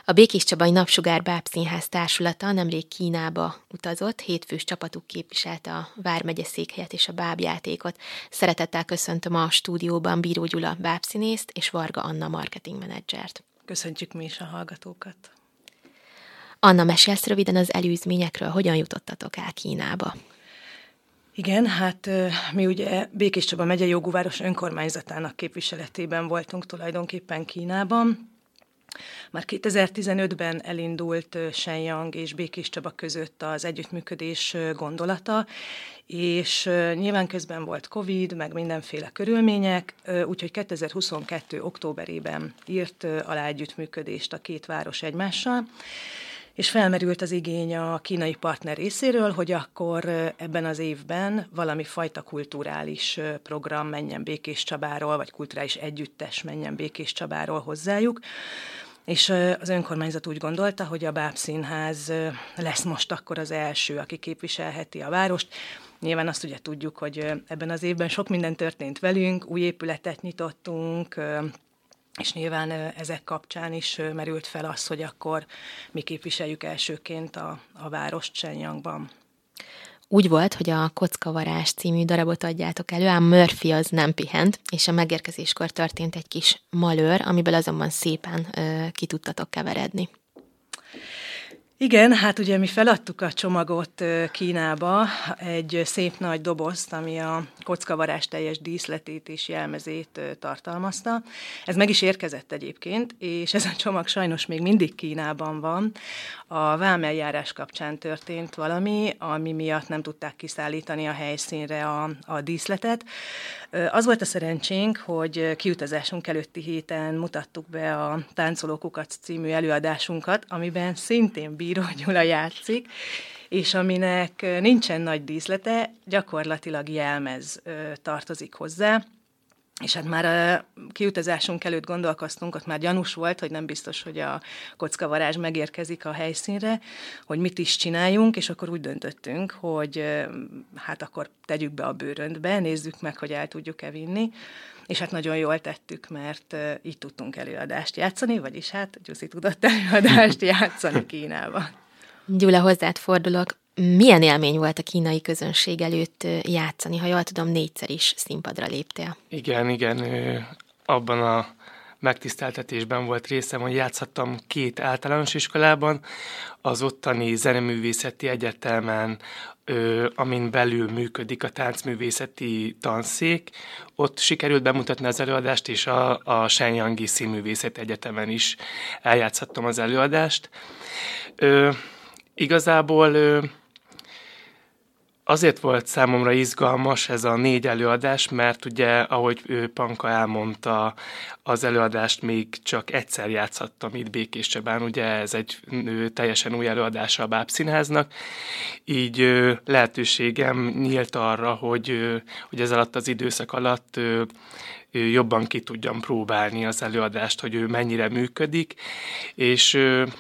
A Békéscsabai Napsugár Bábszínház társulata nemrég Kínába utazott, 7 fős csapatuk képviselte a Vármegye székhelyet és a bábjátékot. Szeretettel köszöntöm a stúdióban Bíró Gyula bábszínészt és Varga Anna marketingmenedzsert. Köszöntjük mi is a hallgatókat. Anna, mesélsz röviden az előzményekről, hogyan jutottatok el Kínába? Igen, hát mi ugye Békéscsaba megye Jógúváros önkormányzatának képviseletében voltunk tulajdonképpen Kínában. Már 2015-ben elindult Shenyang és Békéscsaba között az együttműködés gondolata, és nyilván közben volt Covid, meg mindenféle körülmények, úgyhogy 2022. októberében írt alá együttműködést a két város egymással, és felmerült az igény a kínai partner részéről, hogy akkor ebben az évben valami fajta kulturális program menjen Békéscsabáról, vagy kulturális együttes menjen Békéscsabáról hozzájuk. És az önkormányzat úgy gondolta, hogy a Bábszínház lesz most akkor az első, aki képviselheti a várost. Nyilván azt ugye tudjuk, hogy ebben az évben sok minden történt velünk, új épületet nyitottunk, és nyilván ezek kapcsán is merült fel az, hogy akkor mi képviseljük elsőként a várost Shenyangban. Úgy volt, hogy a Kockavarás című darabot adjátok elő, ám Murphy az nem pihent, és a megérkezéskor történt egy kis malőr, amiből azonban szépen ki tudtatok keveredni. Igen, hát ugye mi feladtuk a csomagot Kínába, egy szép nagy dobozt, ami a Kockavarás teljes díszletét és jelmezét tartalmazta. Ez meg is érkezett egyébként, és ez a csomag sajnos még mindig Kínában van. A vámeljárás kapcsán történt valami, ami miatt nem tudták kiszállítani a helyszínre a díszletet. Az volt a szerencsénk, hogy kiutazásunk előtti héten mutattuk be a Táncoló Kukac című előadásunkat, amiben szintén Bíró Gyula játszik, és aminek nincsen nagy díszlete, gyakorlatilag jelmez tartozik hozzá. És hát már a kiutazásunk előtt gondolkoztunk, ott már gyanús volt, hogy nem biztos, hogy a kockavarázs megérkezik a helyszínre, hogy mit is csináljunk, és akkor úgy döntöttünk, hogy hát akkor tegyük be a bőröntbe, nézzük meg, hogy el tudjuk-e vinni. És hát nagyon jól tettük, mert így tudtunk előadást játszani, vagyis hát Gyuszi tudott előadást játszani Kínában. Gyula, hozzád fordulok. Milyen élmény volt a kínai közönség előtt játszani? Ha jól tudom, 4-szer is színpadra léptél. Igen. Abban a megtiszteltetésben volt részem, hogy játszhattam 2 általános iskolában, az ottani zeneművészeti egyetemen, amin belül működik a táncművészeti tanszék. Ott sikerült bemutatni az előadást, és a Shenyangi Színművészeti Egyetemen is eljátszhattam az előadást. Igazából azért volt számomra izgalmas ez a 4 előadás, mert ugye, ahogy Panka elmondta, az előadást még csak egyszer játszhattam itt Békéscsabán, ugye ez egy teljesen új előadása a Bábszínháznak, így lehetőségem nyílt arra, hogy ez alatt az időszak alatt jobban ki tudjam próbálni az előadást, hogy ő mennyire működik, és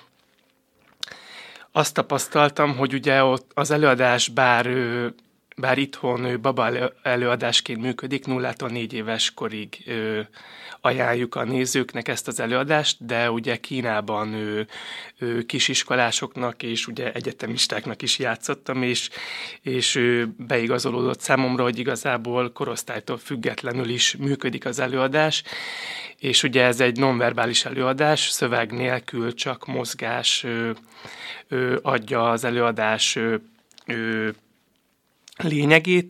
azt tapasztaltam, hogy ugye ott az előadás bár itthon baba előadásként működik, 0-tól 4 éves korig ajánljuk a nézőknek ezt az előadást, de ugye Kínában kisiskolásoknak és ugye egyetemistáknak is játszottam, és beigazolódott számomra, hogy igazából korosztálytól függetlenül is működik az előadás, és ugye ez egy nonverbális előadás, szöveg nélkül csak mozgás adja az előadás lényegét,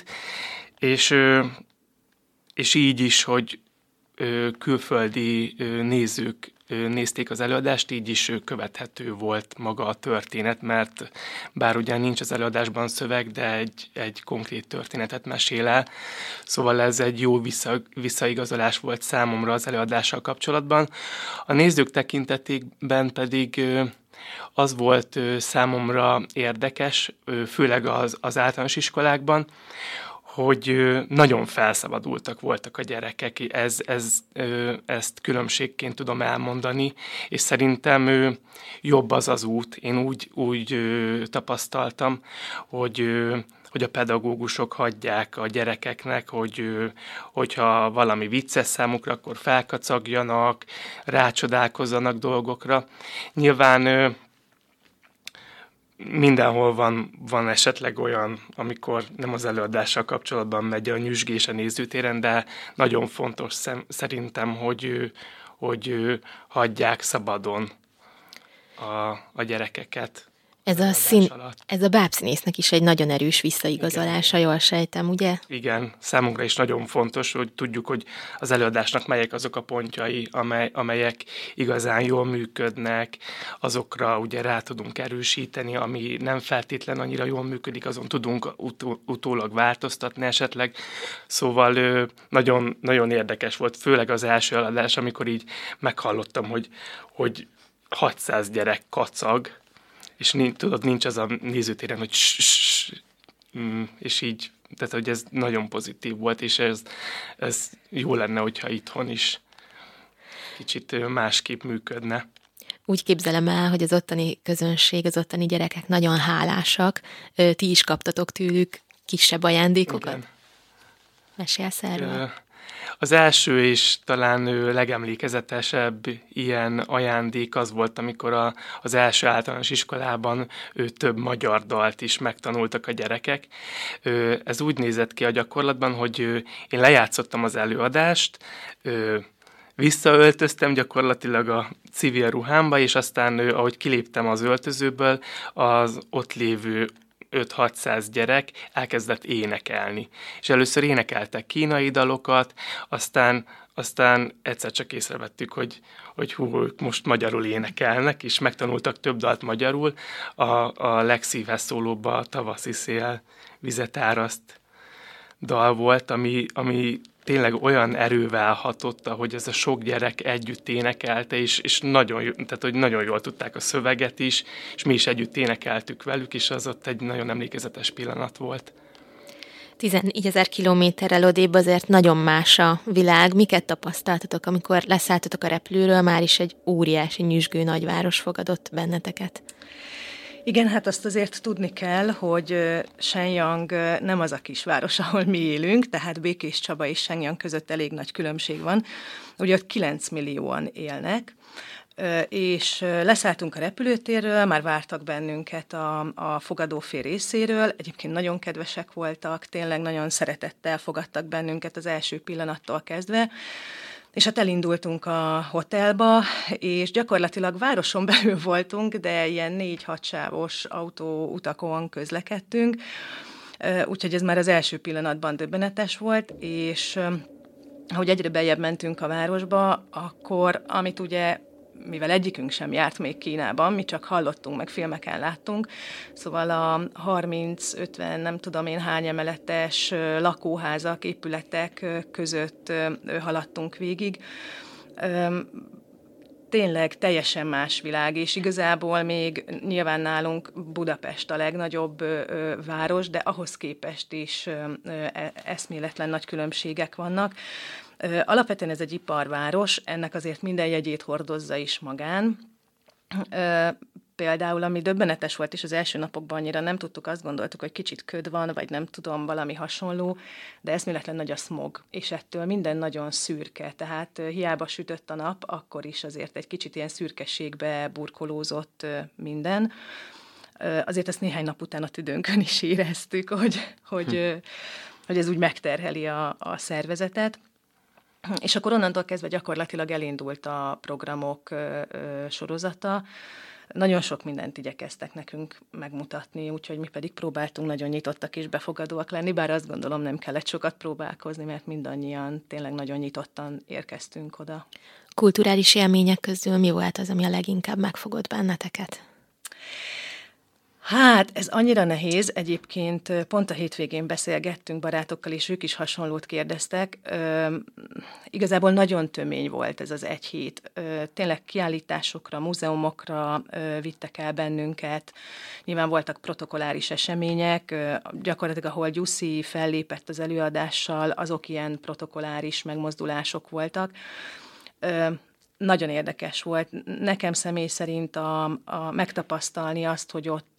és így is, hogy külföldi nézők nézték az előadást, így is követhető volt maga a történet, mert bár ugyan nincs az előadásban szöveg, de egy konkrét történetet mesél el. Szóval ez egy jó visszaigazolás volt számomra az előadással kapcsolatban. A nézők tekintetében pedig az volt számomra érdekes, főleg az általános iskolákban, nagyon felszabadultak voltak a gyerekek, ezt különbségként tudom elmondani, és szerintem jobb az az út. Én úgy tapasztaltam, hogy a pedagógusok hagyják a gyerekeknek, hogyha valami vicces számukra, akkor felkacagjanak, rácsodálkozzanak dolgokra. Nyilván mindenhol van esetleg olyan, amikor nem az előadással kapcsolatban megy a nyüzsgés a nézőtéren, de nagyon fontos szerintem, hogy hagyják szabadon a gyerekeket. Ez a bábszínésznek is egy nagyon erős visszaigazolása, jól sejtem, ugye? Igen, számunkra is nagyon fontos, hogy tudjuk, hogy az előadásnak melyek azok a pontjai, amelyek igazán jól működnek, azokra ugye rá tudunk erősíteni, ami nem feltétlen annyira jól működik, azon tudunk utólag változtatni esetleg. Szóval nagyon, nagyon érdekes volt, főleg az első előadás, amikor így meghallottam, hogy 600 gyerek kacag, és tudod, nincs az a nézőtéren, hogy és így, tehát hogy ez nagyon pozitív volt, és ez jó lenne, hogyha itthon is kicsit másképp működne. Úgy képzelem el, hogy az ottani közönség, az ottani gyerekek nagyon hálásak. Ti is kaptatok tőlük kisebb ajándékokat? Igen. Mesélsz erről? Az első és talán legemlékezetesebb ilyen ajándék az volt, amikor az első általános iskolában több magyar dalt is megtanultak a gyerekek. Ez úgy nézett ki a gyakorlatban, hogy én lejátszottam az előadást, visszaöltöztem gyakorlatilag a civil ruhámba, és aztán, ahogy kiléptem az öltözőből, az ott lévő 5-600 gyerek elkezdett énekelni. És először énekeltek kínai dalokat, aztán egyszer csak észrevettük, hogy ők most magyarul énekelnek, és megtanultak több dalt magyarul. A legszívhez szólóbb a Tavaszi szél vizet áraszt dal volt, ami tényleg olyan erővel hatotta, hogy ez a sok gyerek együtt énekelte, és nagyon jól tudták a szöveget is, és mi is együtt énekeltük velük, és az ott egy nagyon emlékezetes pillanat volt. 14 000 kilométerrel odébb azért nagyon más a világ. Miket tapasztaltatok, amikor leszálltatok a repülőről, már is egy óriási nyüzsgő nagyváros fogadott benneteket? Igen, hát azt azért tudni kell, hogy Shenyang nem az a kisváros, ahol mi élünk, tehát Békéscsaba és Shenyang között elég nagy különbség van. Ugye ott 9 millióan élnek, és leszálltunk a repülőtérről, már vártak bennünket a fogadófél részéről, egyébként nagyon kedvesek voltak, tényleg nagyon szeretettel fogadtak bennünket az első pillanattól kezdve, és hát elindultunk a hotelba, és gyakorlatilag városon belül voltunk, de ilyen 4-6 sávos autóutakon közlekedtünk, úgyhogy ez már az első pillanatban döbbenetes volt, és ahogy egyre beljebb mentünk a városba, akkor, amit ugye, mivel egyikünk sem járt még Kínában, mi csak hallottunk, meg filmeken láttunk, szóval a 30-50, nem tudom én hány emeletes lakóházak, épületek között haladtunk végig. Tényleg teljesen más világ, és igazából még nyilván nálunk Budapest a legnagyobb város, de ahhoz képest is eszméletlen nagy különbségek vannak. Alapvetően ez egy iparváros, ennek azért minden jegyét hordozza is magán. Például, ami döbbenetes volt, és az első napokban annyira nem tudtuk, azt gondoltuk, hogy kicsit köd van, vagy nem tudom, valami hasonló, de eszméletlen nagy a smog, és ettől minden nagyon szürke, tehát hiába sütött a nap, akkor is azért egy kicsit ilyen szürkeségbe burkolózott minden. Azért ezt néhány nap után a tüdőnkön is éreztük, hogy ez úgy megterheli a szervezetet. És akkor onnantól kezdve gyakorlatilag elindult a programok sorozata. Nagyon sok mindent igyekeztek nekünk megmutatni, úgyhogy mi pedig próbáltunk nagyon nyitottak és befogadóak lenni, bár azt gondolom nem kellett sokat próbálkozni, mert mindannyian tényleg nagyon nyitottan érkeztünk oda. Kulturális élmények közül mi volt az, ami a leginkább megfogott benneteket? Hát, ez annyira nehéz. Egyébként pont a hétvégén beszélgettünk barátokkal, és ők is hasonlót kérdeztek. Igazából nagyon tömény volt ez az egy hét. Tényleg kiállításokra, múzeumokra vittek el bennünket. Nyilván voltak protokolláris események. Gyakorlatilag, ahol Gyuszi fellépett az előadással, azok ilyen protokolláris megmozdulások voltak. Nagyon érdekes volt nekem személy szerint megtapasztalni azt, hogy ott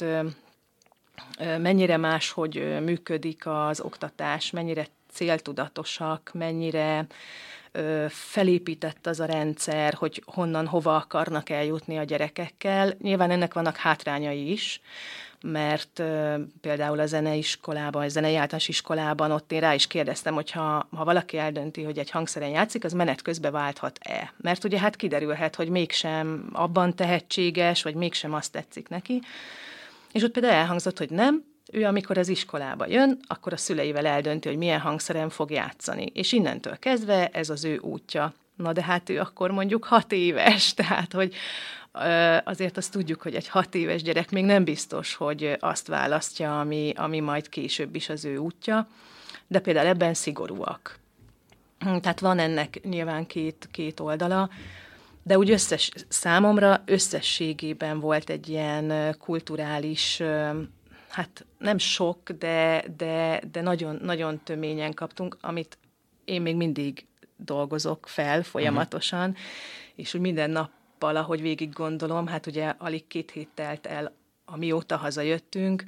mennyire máshogy működik az oktatás, mennyire céltudatosak, mennyire felépített az a rendszer, hogy honnan, hova akarnak eljutni a gyerekekkel. Nyilván ennek vannak hátrányai is, mert például a zeneiskolában, a zenei általános iskolában ott én rá is kérdeztem, hogy ha valaki eldönti, hogy egy hangszeren játszik, az menet közben válthat-e? Mert ugye hát kiderülhet, hogy mégsem abban tehetséges, vagy mégsem azt tetszik neki. És ott például elhangzott, hogy nem, ő amikor az iskolába jön, akkor a szüleivel eldönti, hogy milyen hangszeren fog játszani. És innentől kezdve ez az ő útja. Na de hát ő akkor mondjuk 6 éves, tehát hogy azért azt tudjuk, hogy egy 6 éves gyerek még nem biztos, hogy azt választja, ami majd később is az ő útja, de például ebben szigorúak. Tehát van ennek nyilván két oldala, de úgy számomra összességében volt egy ilyen kulturális, hát nem sok, de nagyon, nagyon töményen kaptunk, amit én még mindig dolgozok fel folyamatosan, és úgy minden nap valahogy végig gondolom, hát ugye alig 2 hét telt el, amióta hazajöttünk,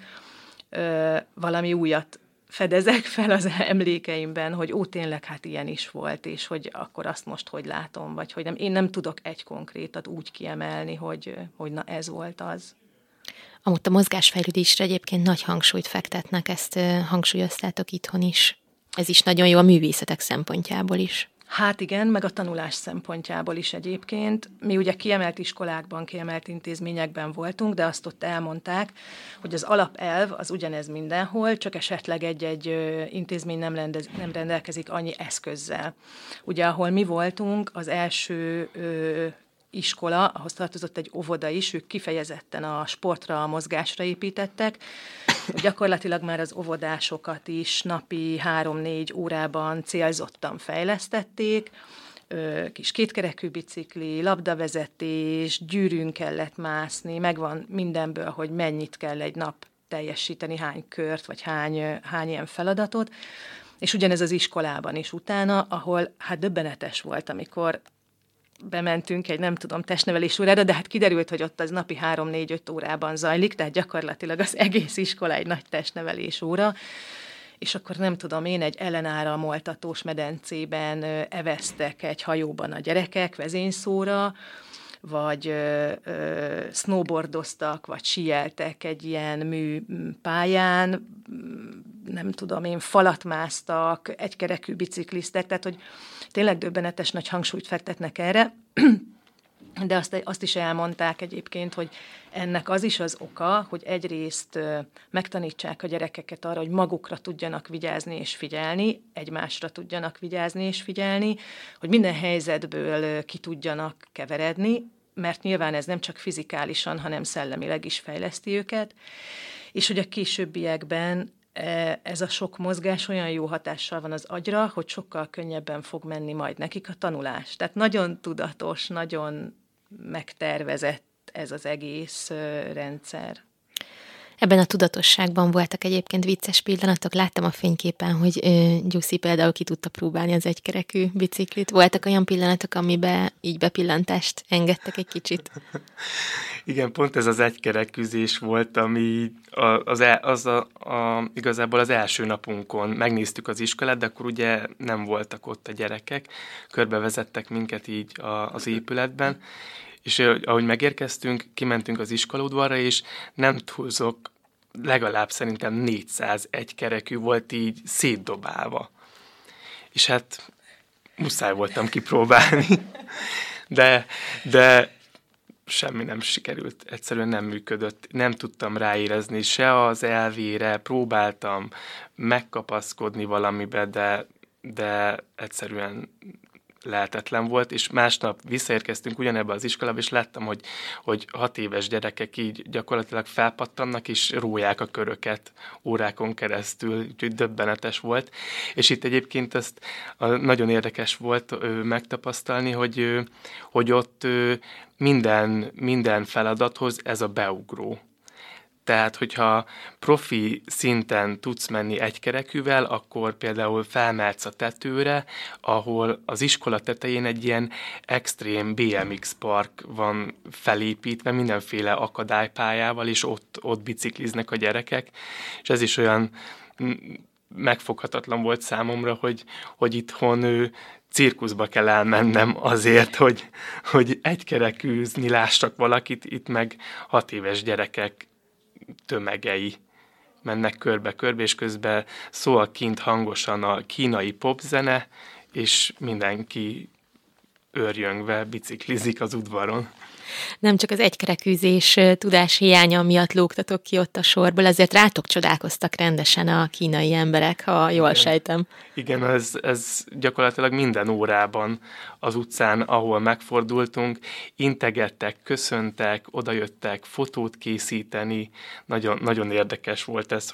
valami újat fedezek fel az emlékeimben, hogy tényleg hát ilyen is volt, és hogy akkor azt most hogy látom, vagy hogy nem. Én nem tudok egy konkrétat úgy kiemelni, hogy na ez volt az. Amúgy a mozgásfejlődésre egyébként nagy hangsúlyt fektetnek, ezt hangsúlyoztátok itthon is. Ez is nagyon jó a művészetek szempontjából is. Hát igen, meg a tanulás szempontjából is egyébként. Mi ugye kiemelt iskolákban, kiemelt intézményekben voltunk, de azt ott elmondták, hogy az alapelv az ugyanez mindenhol, csak esetleg egy intézmény nem rendelkezik annyi eszközzel. Ugye ahol mi voltunk, az első iskola, ahhoz tartozott egy óvoda is, ők kifejezetten a sportra, a mozgásra építettek. Gyakorlatilag már az óvodásokat is napi 3-4 órában célzottan fejlesztették, kis kétkerekű bicikli, labdavezetés, gyűrűn kellett mászni, megvan mindenből, hogy mennyit kell egy nap teljesíteni, hány kört, vagy hány ilyen feladatot, és ugyanez az iskolában is utána, ahol hát döbbenetes volt, amikor bementünk egy, nem tudom, testnevelés órára, de hát kiderült, hogy ott az napi 3-4-5 órában zajlik, tehát gyakorlatilag az egész iskola egy nagy testnevelés óra, és akkor nem tudom, én egy ellenáramoltatós medencében eveztek egy hajóban a gyerekek vezényszóra, vagy snowboardoztak, vagy síeltek egy ilyen műpályán, nem tudom én, falat másztak, egykerekű bicikliztek, tehát hogy tényleg döbbenetes nagy hangsúlyt fektetnek erre, de azt is elmondták egyébként, hogy ennek az is az oka, hogy egyrészt megtanítsák a gyerekeket arra, hogy magukra tudjanak vigyázni és figyelni, egymásra tudjanak vigyázni és figyelni, hogy minden helyzetből ki tudjanak keveredni, mert nyilván ez nem csak fizikálisan, hanem szellemileg is fejleszti őket, és hogy a későbbiekben ez a sok mozgás olyan jó hatással van az agyra, hogy sokkal könnyebben fog menni majd nekik a tanulás. Tehát nagyon tudatos, nagyon megtervezett ez az egész rendszer. Ebben a tudatosságban voltak egyébként vicces pillanatok. Láttam a fényképen, hogy Gyuszi például ki tudta próbálni az egykerekű biciklit. Voltak olyan pillanatok, amiben így bepillantást engedtek egy kicsit? Igen, pont ez az egykerekűzés volt, ami igazából az első napunkon megnéztük az iskolát, de akkor ugye nem voltak ott a gyerekek, körbevezettek minket így az épületben, és ahogy megérkeztünk, kimentünk az iskolaudvarra, és nem túlzok, legalább szerintem 401 kerekű volt így szétdobálva. És hát muszáj voltam kipróbálni, de semmi nem sikerült, egyszerűen nem működött, nem tudtam ráérezni se az elvére, próbáltam megkapaszkodni valamibe, de egyszerűen lehetetlen volt, és másnap visszaérkeztünk ugyanebbe az iskolába, és láttam, hogy 6 éves gyerekek így gyakorlatilag felpattannak, és róják a köröket órákon keresztül, úgyhogy döbbenetes volt. És itt egyébként ezt nagyon érdekes volt megtapasztalni, hogy ott minden feladathoz ez a beugró. Tehát, hogyha profi szinten tudsz menni egykerekűvel, akkor például felmehetsz a tetőre, ahol az iskola tetején egy ilyen extrém BMX park van felépítve, mindenféle akadálypályával, és ott bicikliznek a gyerekek. És ez is olyan megfoghatatlan volt számomra, hogy itthon cirkuszba kell elmennem azért, hogy egykerekűzni lássak valakit, itt meg 6 éves gyerekek tömegei mennek körbe-körbe, és közben szól kint hangosan a kínai popzene, és mindenki őrjöngve biciklizik az udvaron. Nem csak az egykerekűzés tudáshiánya miatt lógtatok ki ott a sorból, azért rátok csodálkoztak rendesen a kínai emberek, ha jól sejtem. Igen, ez gyakorlatilag minden órában az utcán, ahol megfordultunk, integettek, köszöntek, odajöttek fotót készíteni. Nagyon, nagyon érdekes volt ez,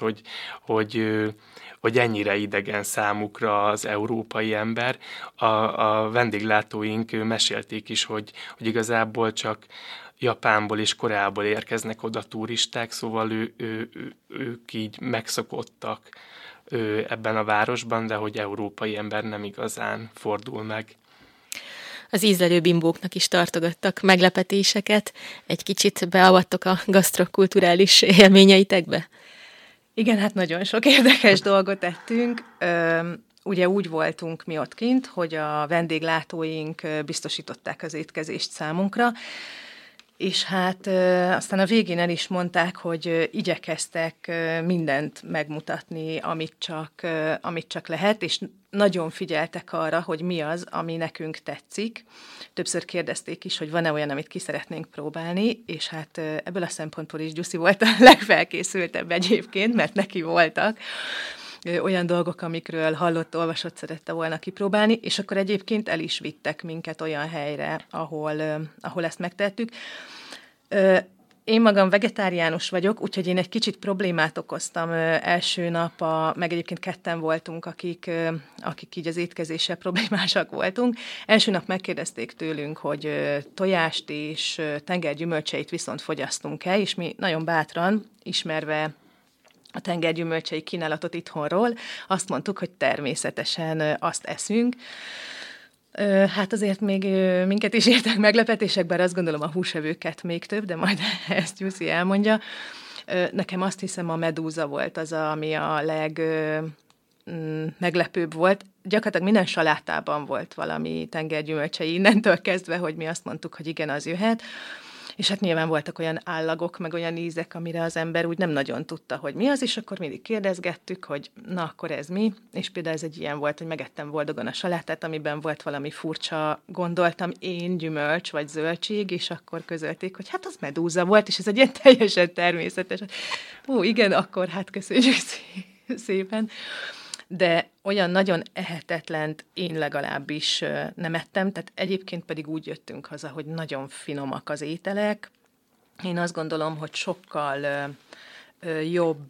hogy ennyire idegen számukra az európai ember. A vendéglátóink mesélték is, hogy igazából csak Japánból és Koreából érkeznek oda turisták, szóval ők így megszokottak ebben a városban, de hogy európai ember nem igazán fordul meg. Az ízlelő bimbóknak is tartogattak meglepetéseket. Egy kicsit beavattok a gasztrokulturális élményeitekbe? Igen, hát nagyon sok érdekes dolgot tettünk. Ugye úgy voltunk mi ott kint, hogy a vendéglátóink biztosították az étkezést számunkra, és hát aztán a végén el is mondták, hogy igyekeztek mindent megmutatni, amit csak lehet, és nagyon figyeltek arra, hogy mi az, ami nekünk tetszik. Többször kérdezték is, hogy van-e olyan, amit ki szeretnénk próbálni, és hát ebből a szempontból is Gyuszi volt a legfelkészültebb egyébként, mert neki voltak olyan dolgok, amikről hallott, olvasott, szerette volna kipróbálni, és akkor egyébként el is vittek minket olyan helyre, ahol ezt megtettük. Én magam vegetáriánus vagyok, úgyhogy én egy kicsit problémát okoztam első nap, meg egyébként ketten voltunk, akik így az étkezéssel problémásak voltunk. Első nap megkérdezték tőlünk, hogy tojást és tengergyümölcseit viszont fogyasztunk-e, és mi nagyon bátran, ismerve a tengergyümölcsei kínálatot itthonról, azt mondtuk, hogy természetesen azt eszünk. Hát azért még minket is értek meglepetések, bár azt gondolom a húsevőket még több, de majd ezt Gyuszi elmondja. Nekem azt hiszem a medúza volt az, ami a meglepőbb volt. Gyakorlatilag minden salátában volt valami tengergyümölcsei, innentől kezdve, hogy mi azt mondtuk, hogy igen, az jöhet. És hát nyilván voltak olyan állagok, meg olyan ízek, amire az ember úgy nem nagyon tudta, hogy mi az, és akkor mindig kérdezgettük, hogy na, akkor ez mi? És például ez egy ilyen volt, hogy megettem boldogan a salátát, amiben volt valami furcsa, gondoltam én, gyümölcs vagy zöldség, és akkor közölték, hogy hát az medúza volt, és ez egy ilyen teljesen természetes. Igen, akkor hát köszönjük szépen. De olyan nagyon ehetetlent én legalábbis nem ettem, tehát egyébként pedig úgy jöttünk haza, hogy nagyon finomak az ételek. Én azt gondolom, hogy sokkal jobb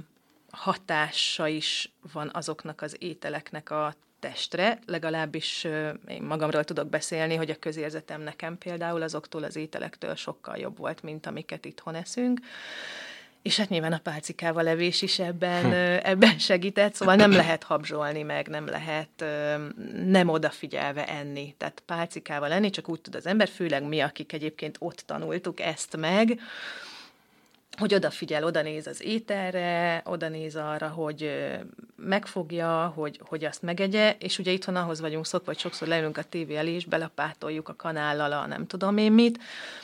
hatása is van azoknak az ételeknek a testre, legalábbis én magamról tudok beszélni, hogy a közérzetem nekem például azoktól az ételektől sokkal jobb volt, mint amiket itthon eszünk. És hát nyilván a pálcikával evés is ebben segített, szóval nem lehet habzsolni meg, nem lehet nem odafigyelve enni. Tehát pálcikával enni, csak úgy tud az ember, főleg mi, akik egyébként ott tanultuk ezt meg, hogy odafigyel, odanéz az ételre, odanéz arra, hogy megfogja, hogy azt megegye, és ugye itthon ahhoz vagyunk szokva, vagy sokszor leülünk a tévé elé, és belapátoljuk a kanállal a nem tudom én mit.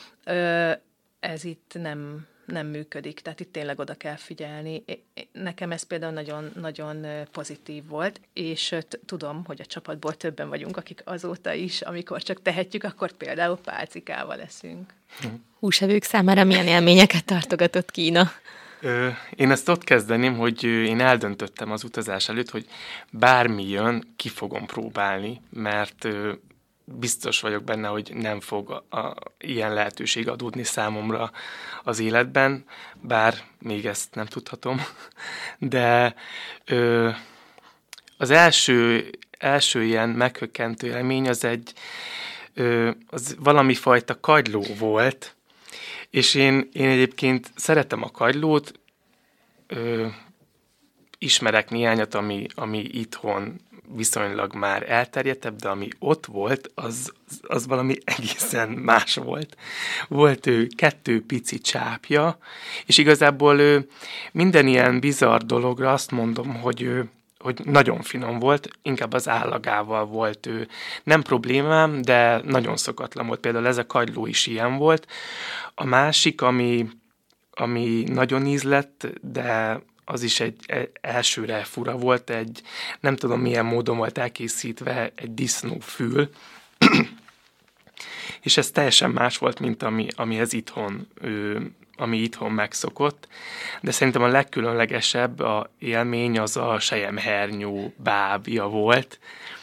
Ez itt nem működik, tehát itt tényleg oda kell figyelni. Nekem ez például nagyon, nagyon pozitív volt, és tudom, hogy a csapatból többen vagyunk, akik azóta is, amikor csak tehetjük, akkor például pálcikával eszünk. Húsevők számára milyen élményeket tartogatott Kína? Én ezt ott kezdeném, hogy én eldöntöttem az utazás előtt, hogy bármi jön, ki fogom próbálni, mert biztos vagyok benne, hogy nem fog ilyen lehetőség adódni számomra az életben, bár még ezt nem tudhatom. De az első ilyen meghökkentő élmény az valami fajta kagyló volt, és én egyébként szeretem a kagylót, ismerek néhányat, ami itthon viszonylag már elterjedtebb, de ami ott volt, az valami egészen más volt. Volt 2 pici csápja, és igazából minden ilyen bizarr dologra azt mondom, hogy nagyon finom volt, inkább az állagával volt nem problémám, de nagyon szokatlan volt. Például ez a kagyló is ilyen volt. A másik, ami nagyon ízlett, de az is egy elsőre fura volt, nem tudom milyen módon volt elkészítve, egy disznófül, és ez teljesen más volt, mint ami itthon megszokott, de szerintem a legkülönlegesebb élmény az a selyemhernyó bábja volt.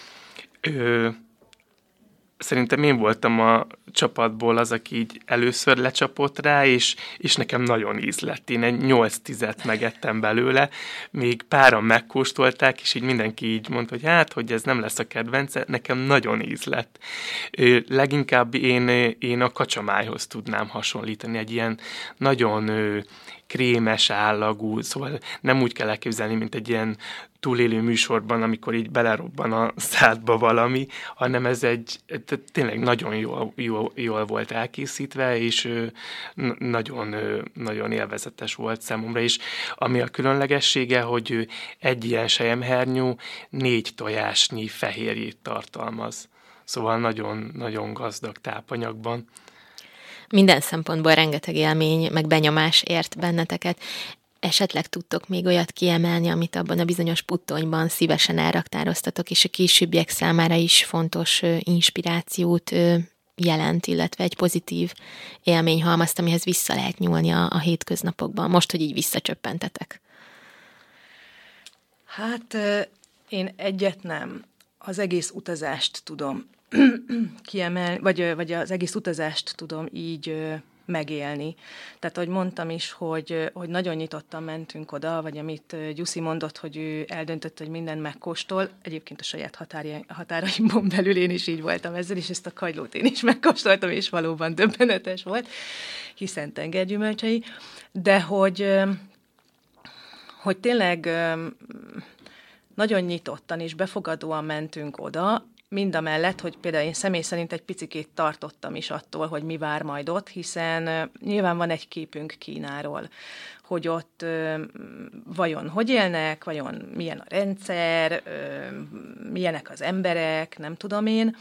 Szerintem én voltam a csapatból az, aki így először lecsapott rá, és nekem nagyon ízlett. Én egy 8-10-et megettem belőle, még páran megkóstolták, és így mindenki így mondta, hogy hogy ez nem lesz a kedvence, nekem nagyon ízlett. Leginkább én a kacsamájhoz tudnám hasonlítani, egy ilyen nagyon krémes állagú, szóval nem úgy kell elképzelni, mint egy ilyen túlélő műsorban, amikor így belerobban a szádba valami, hanem ez tényleg nagyon jól volt elkészítve, és nagyon élvezetes volt számomra is. Ami a különlegessége, hogy egy ilyen selyemhernyó 4 tojásnyi fehérjét tartalmaz. Szóval nagyon gazdag tápanyagban. Minden szempontból rengeteg élmény, meg benyomás ért benneteket. Esetleg tudtok még olyat kiemelni, amit abban a bizonyos puttonyban szívesen elraktároztatok, és a későbbiek számára is fontos inspirációt jelent, illetve egy pozitív élményhalmazt, amihez vissza lehet nyúlni a hétköznapokban, most, hogy így visszacsöppentetek. Hát én egyet nem. Az egész utazást tudom kiemelni, vagy az egész utazást tudom így megélni. Tehát, ahogy mondtam is, hogy nagyon nyitottan mentünk oda, vagy amit Gyuszi mondott, hogy ő eldöntött, hogy mindent megkóstol. Egyébként a saját határaimon belül én is így voltam ezzel, és ezt a kagylót én is megkóstoltam, és valóban döbbenetes volt, hiszen tengergyümölcsei. De hogy tényleg nagyon nyitottan és befogadóan mentünk oda, mindamellett, hogy például én személy szerint egy picikét tartottam is attól, hogy mi vár majd ott, hiszen nyilván van egy képünk Kínáról, hogy ott vajon hogy élnek, vajon milyen a rendszer, milyenek az emberek, nem tudom én.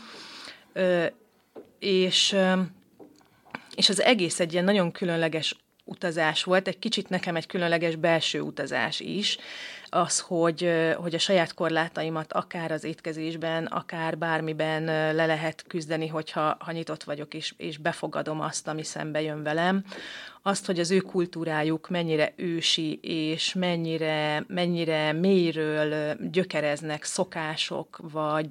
És az egész egy ilyen nagyon különleges utazás volt, egy kicsit nekem egy különleges belső utazás is, az, hogy a saját korlátaimat akár az étkezésben, akár bármiben le lehet küzdeni, hogyha nyitott vagyok, és befogadom azt, ami szembe jön velem. Azt, hogy az ő kultúrájuk mennyire ősi, és mennyire mélyről gyökereznek szokások,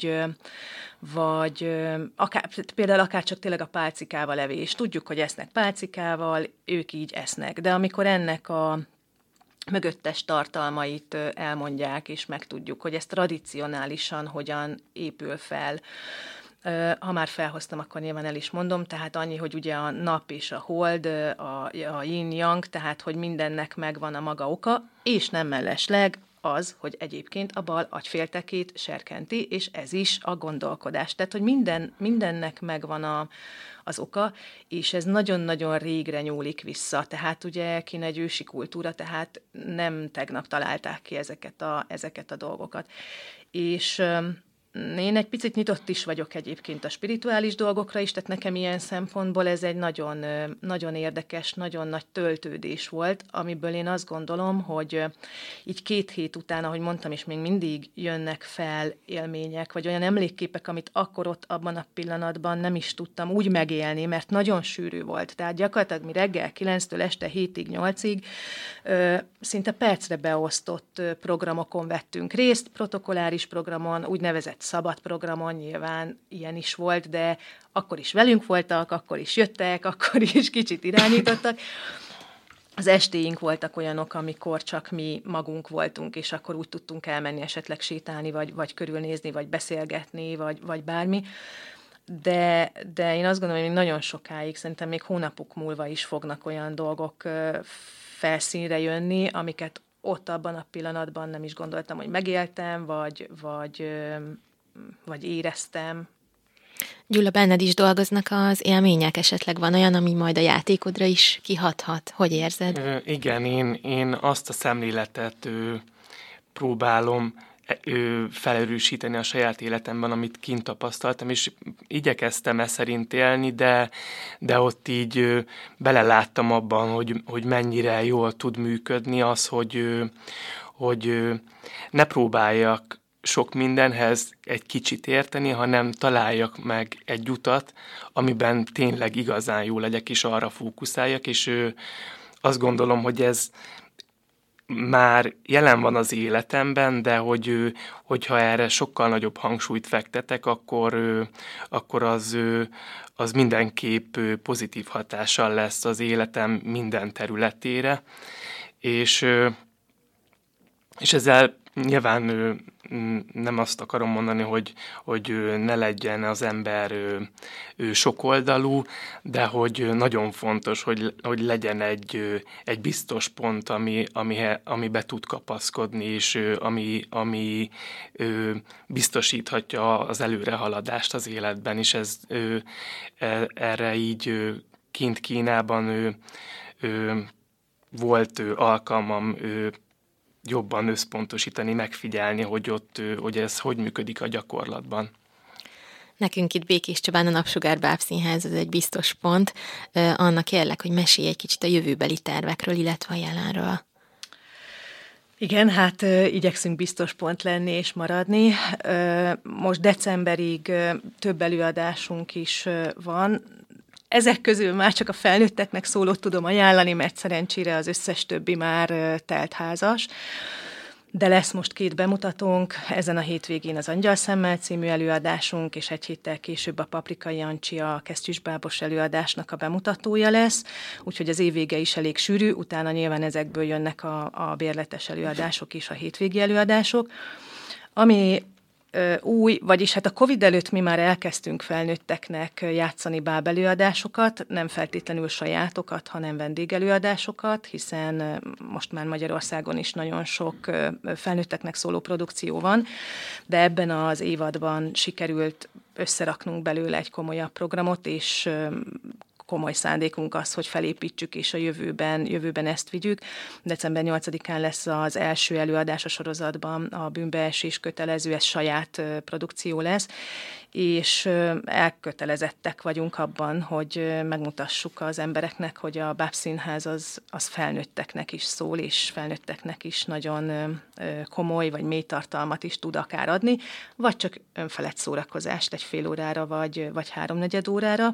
vagy például akár csak tényleg a pálcikával evés. Tudjuk, hogy esznek pálcikával, ők így esznek, de amikor ennek a mögöttes tartalmait elmondják, és megtudjuk, hogy ez tradicionálisan hogyan épül fel. Ha már felhoztam, akkor nyilván el is mondom, tehát annyi, hogy ugye a nap és a hold, a yin-yang, tehát hogy mindennek megvan a maga oka, és nem mellesleg az, hogy egyébként a bal agyféltekét serkenti, és ez is a gondolkodás. Tehát, hogy mindennek megvan az oka, és ez nagyon-nagyon régre nyúlik vissza. Tehát ugye Kína egy ősi kultúra, tehát nem tegnap találták ki ezeket a dolgokat. És én egy picit nyitott is vagyok egyébként a spirituális dolgokra is, tehát nekem ilyen szempontból ez egy nagyon, nagyon érdekes, nagyon nagy töltődés volt, amiből én azt gondolom, hogy így 2 hét után, ahogy mondtam, és még mindig jönnek fel élmények, vagy olyan emlékképek, amit akkor ott abban a pillanatban nem is tudtam úgy megélni, mert nagyon sűrű volt. Tehát gyakorlatilag mi reggel 9-től este 7-ig, 8-ig szinte percre beosztott programokon vettünk részt, protokolláris programon, úgynevezett szabad programon nyilván ilyen is volt, de akkor is velünk voltak, akkor is jöttek, akkor is kicsit irányítottak. Az estéink voltak olyanok, amikor csak mi magunk voltunk, és akkor úgy tudtunk elmenni esetleg sétálni, vagy körülnézni, vagy beszélgetni, vagy bármi. De én azt gondolom, hogy nagyon sokáig, szerintem még hónapok múlva is fognak olyan dolgok felszínre jönni, amiket ott abban a pillanatban nem is gondoltam, hogy megéltem, vagy éreztem. Gyula, benned is dolgoznak az élmények, esetleg van olyan, ami majd a játékodra is kihathat? Hogy érzed? Igen, én azt a szemléletet próbálom felerősíteni a saját életemben, amit kint tapasztaltam, és igyekeztem szerint élni, de ott így beleláttam abban, hogy mennyire jól tud működni az, hogy ne próbáljak sok mindenhez egy kicsit érteni, hanem találjak meg egy utat, amiben tényleg igazán jó legyek, és arra fókuszáljak, és azt gondolom, hogy ez már jelen van az életemben, de hogyha erre sokkal nagyobb hangsúlyt fektetek, akkor az mindenképp pozitív hatással lesz az életem minden területére, és ezzel nyilván nem azt akarom mondani, hogy ne legyen az ember sokoldalú, de hogy nagyon fontos, hogy legyen egy biztos pont, amibe tud kapaszkodni, és ami biztosíthatja az előrehaladást az életben, és erre így kint Kínában volt alkalmam jobban összpontosítani, megfigyelni, hogy ez hogy működik a gyakorlatban. Nekünk itt Békés Csabán a Napsugár Bábszínház, ez egy biztos pont. Anna, kérlek, hogy mesélj egy kicsit a jövőbeli tervekről, illetve a jelenről. Igen, hát igyekszünk biztos pont lenni és maradni. Most decemberig több előadásunk is van. Ezek közül már csak a felnőtteknek szólót tudom ajánlani, mert szerencsére az összes többi már teltházas. De lesz most 2 bemutatónk, ezen a hétvégén az Angyalszemmel című előadásunk, és egy héttel később a Paprika Jancsi, a kesztyűsbábos előadásnak a bemutatója lesz, úgyhogy az év vége is elég sűrű, utána nyilván ezekből jönnek a bérletes előadások és a hétvégi előadások. Ami új, vagyis hát a Covid előtt mi már elkezdtünk felnőtteknek játszani bábelőadásokat, nem feltétlenül sajátokat, hanem vendégelőadásokat, hiszen most már Magyarországon is nagyon sok felnőtteknek szóló produkció van, de ebben az évadban sikerült összeraknunk belőle egy komolyabb programot, és komoly szándékunk az, hogy felépítsük, és a jövőben ezt vigyük. December 8-án lesz az első előadás a sorozatban, a Bűnbeesés kötelező, ez saját produkció lesz, és elkötelezettek vagyunk abban, hogy megmutassuk az embereknek, hogy a Bábszínház az felnőtteknek is szól, és felnőtteknek is nagyon komoly vagy mély tartalmat is tud akár adni, vagy csak önfelett szórakozást egy fél órára, vagy 3/4 órára.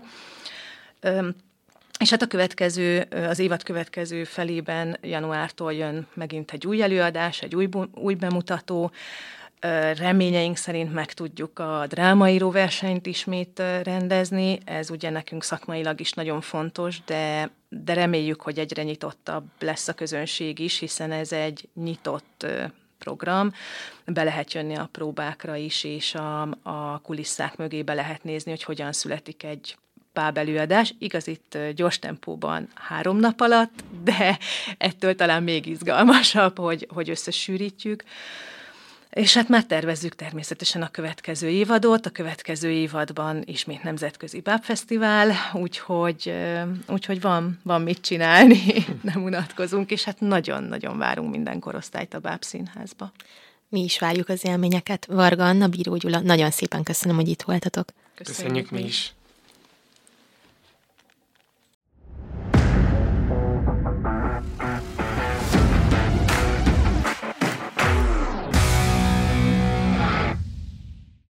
És hát az évad következő felében januártól jön megint egy új előadás, egy új bemutató. Reményeink szerint meg tudjuk a drámaíró versenyt ismét rendezni. Ez ugye nekünk szakmailag is nagyon fontos, de reméljük, hogy egyre nyitottabb lesz a közönség is, hiszen ez egy nyitott program, be lehet jönni a próbákra is, és a kulisszák mögé be lehet nézni, hogy hogyan születik egy bábelőadás, igaz, itt gyors tempóban 3 nap alatt, de ettől talán még izgalmasabb, hogy összesűrítjük. És hát már tervezzük természetesen a következő évadot, a következő évadban ismét nemzetközi bábfesztivál, úgyhogy van mit csinálni, nem unatkozunk, és hát nagyon-nagyon várunk minden korosztályt a Bábszínházba. Mi is várjuk az élményeket. Varga Anna, Bíró Gyula, nagyon szépen köszönöm, hogy itt voltatok. Köszönjük mi is.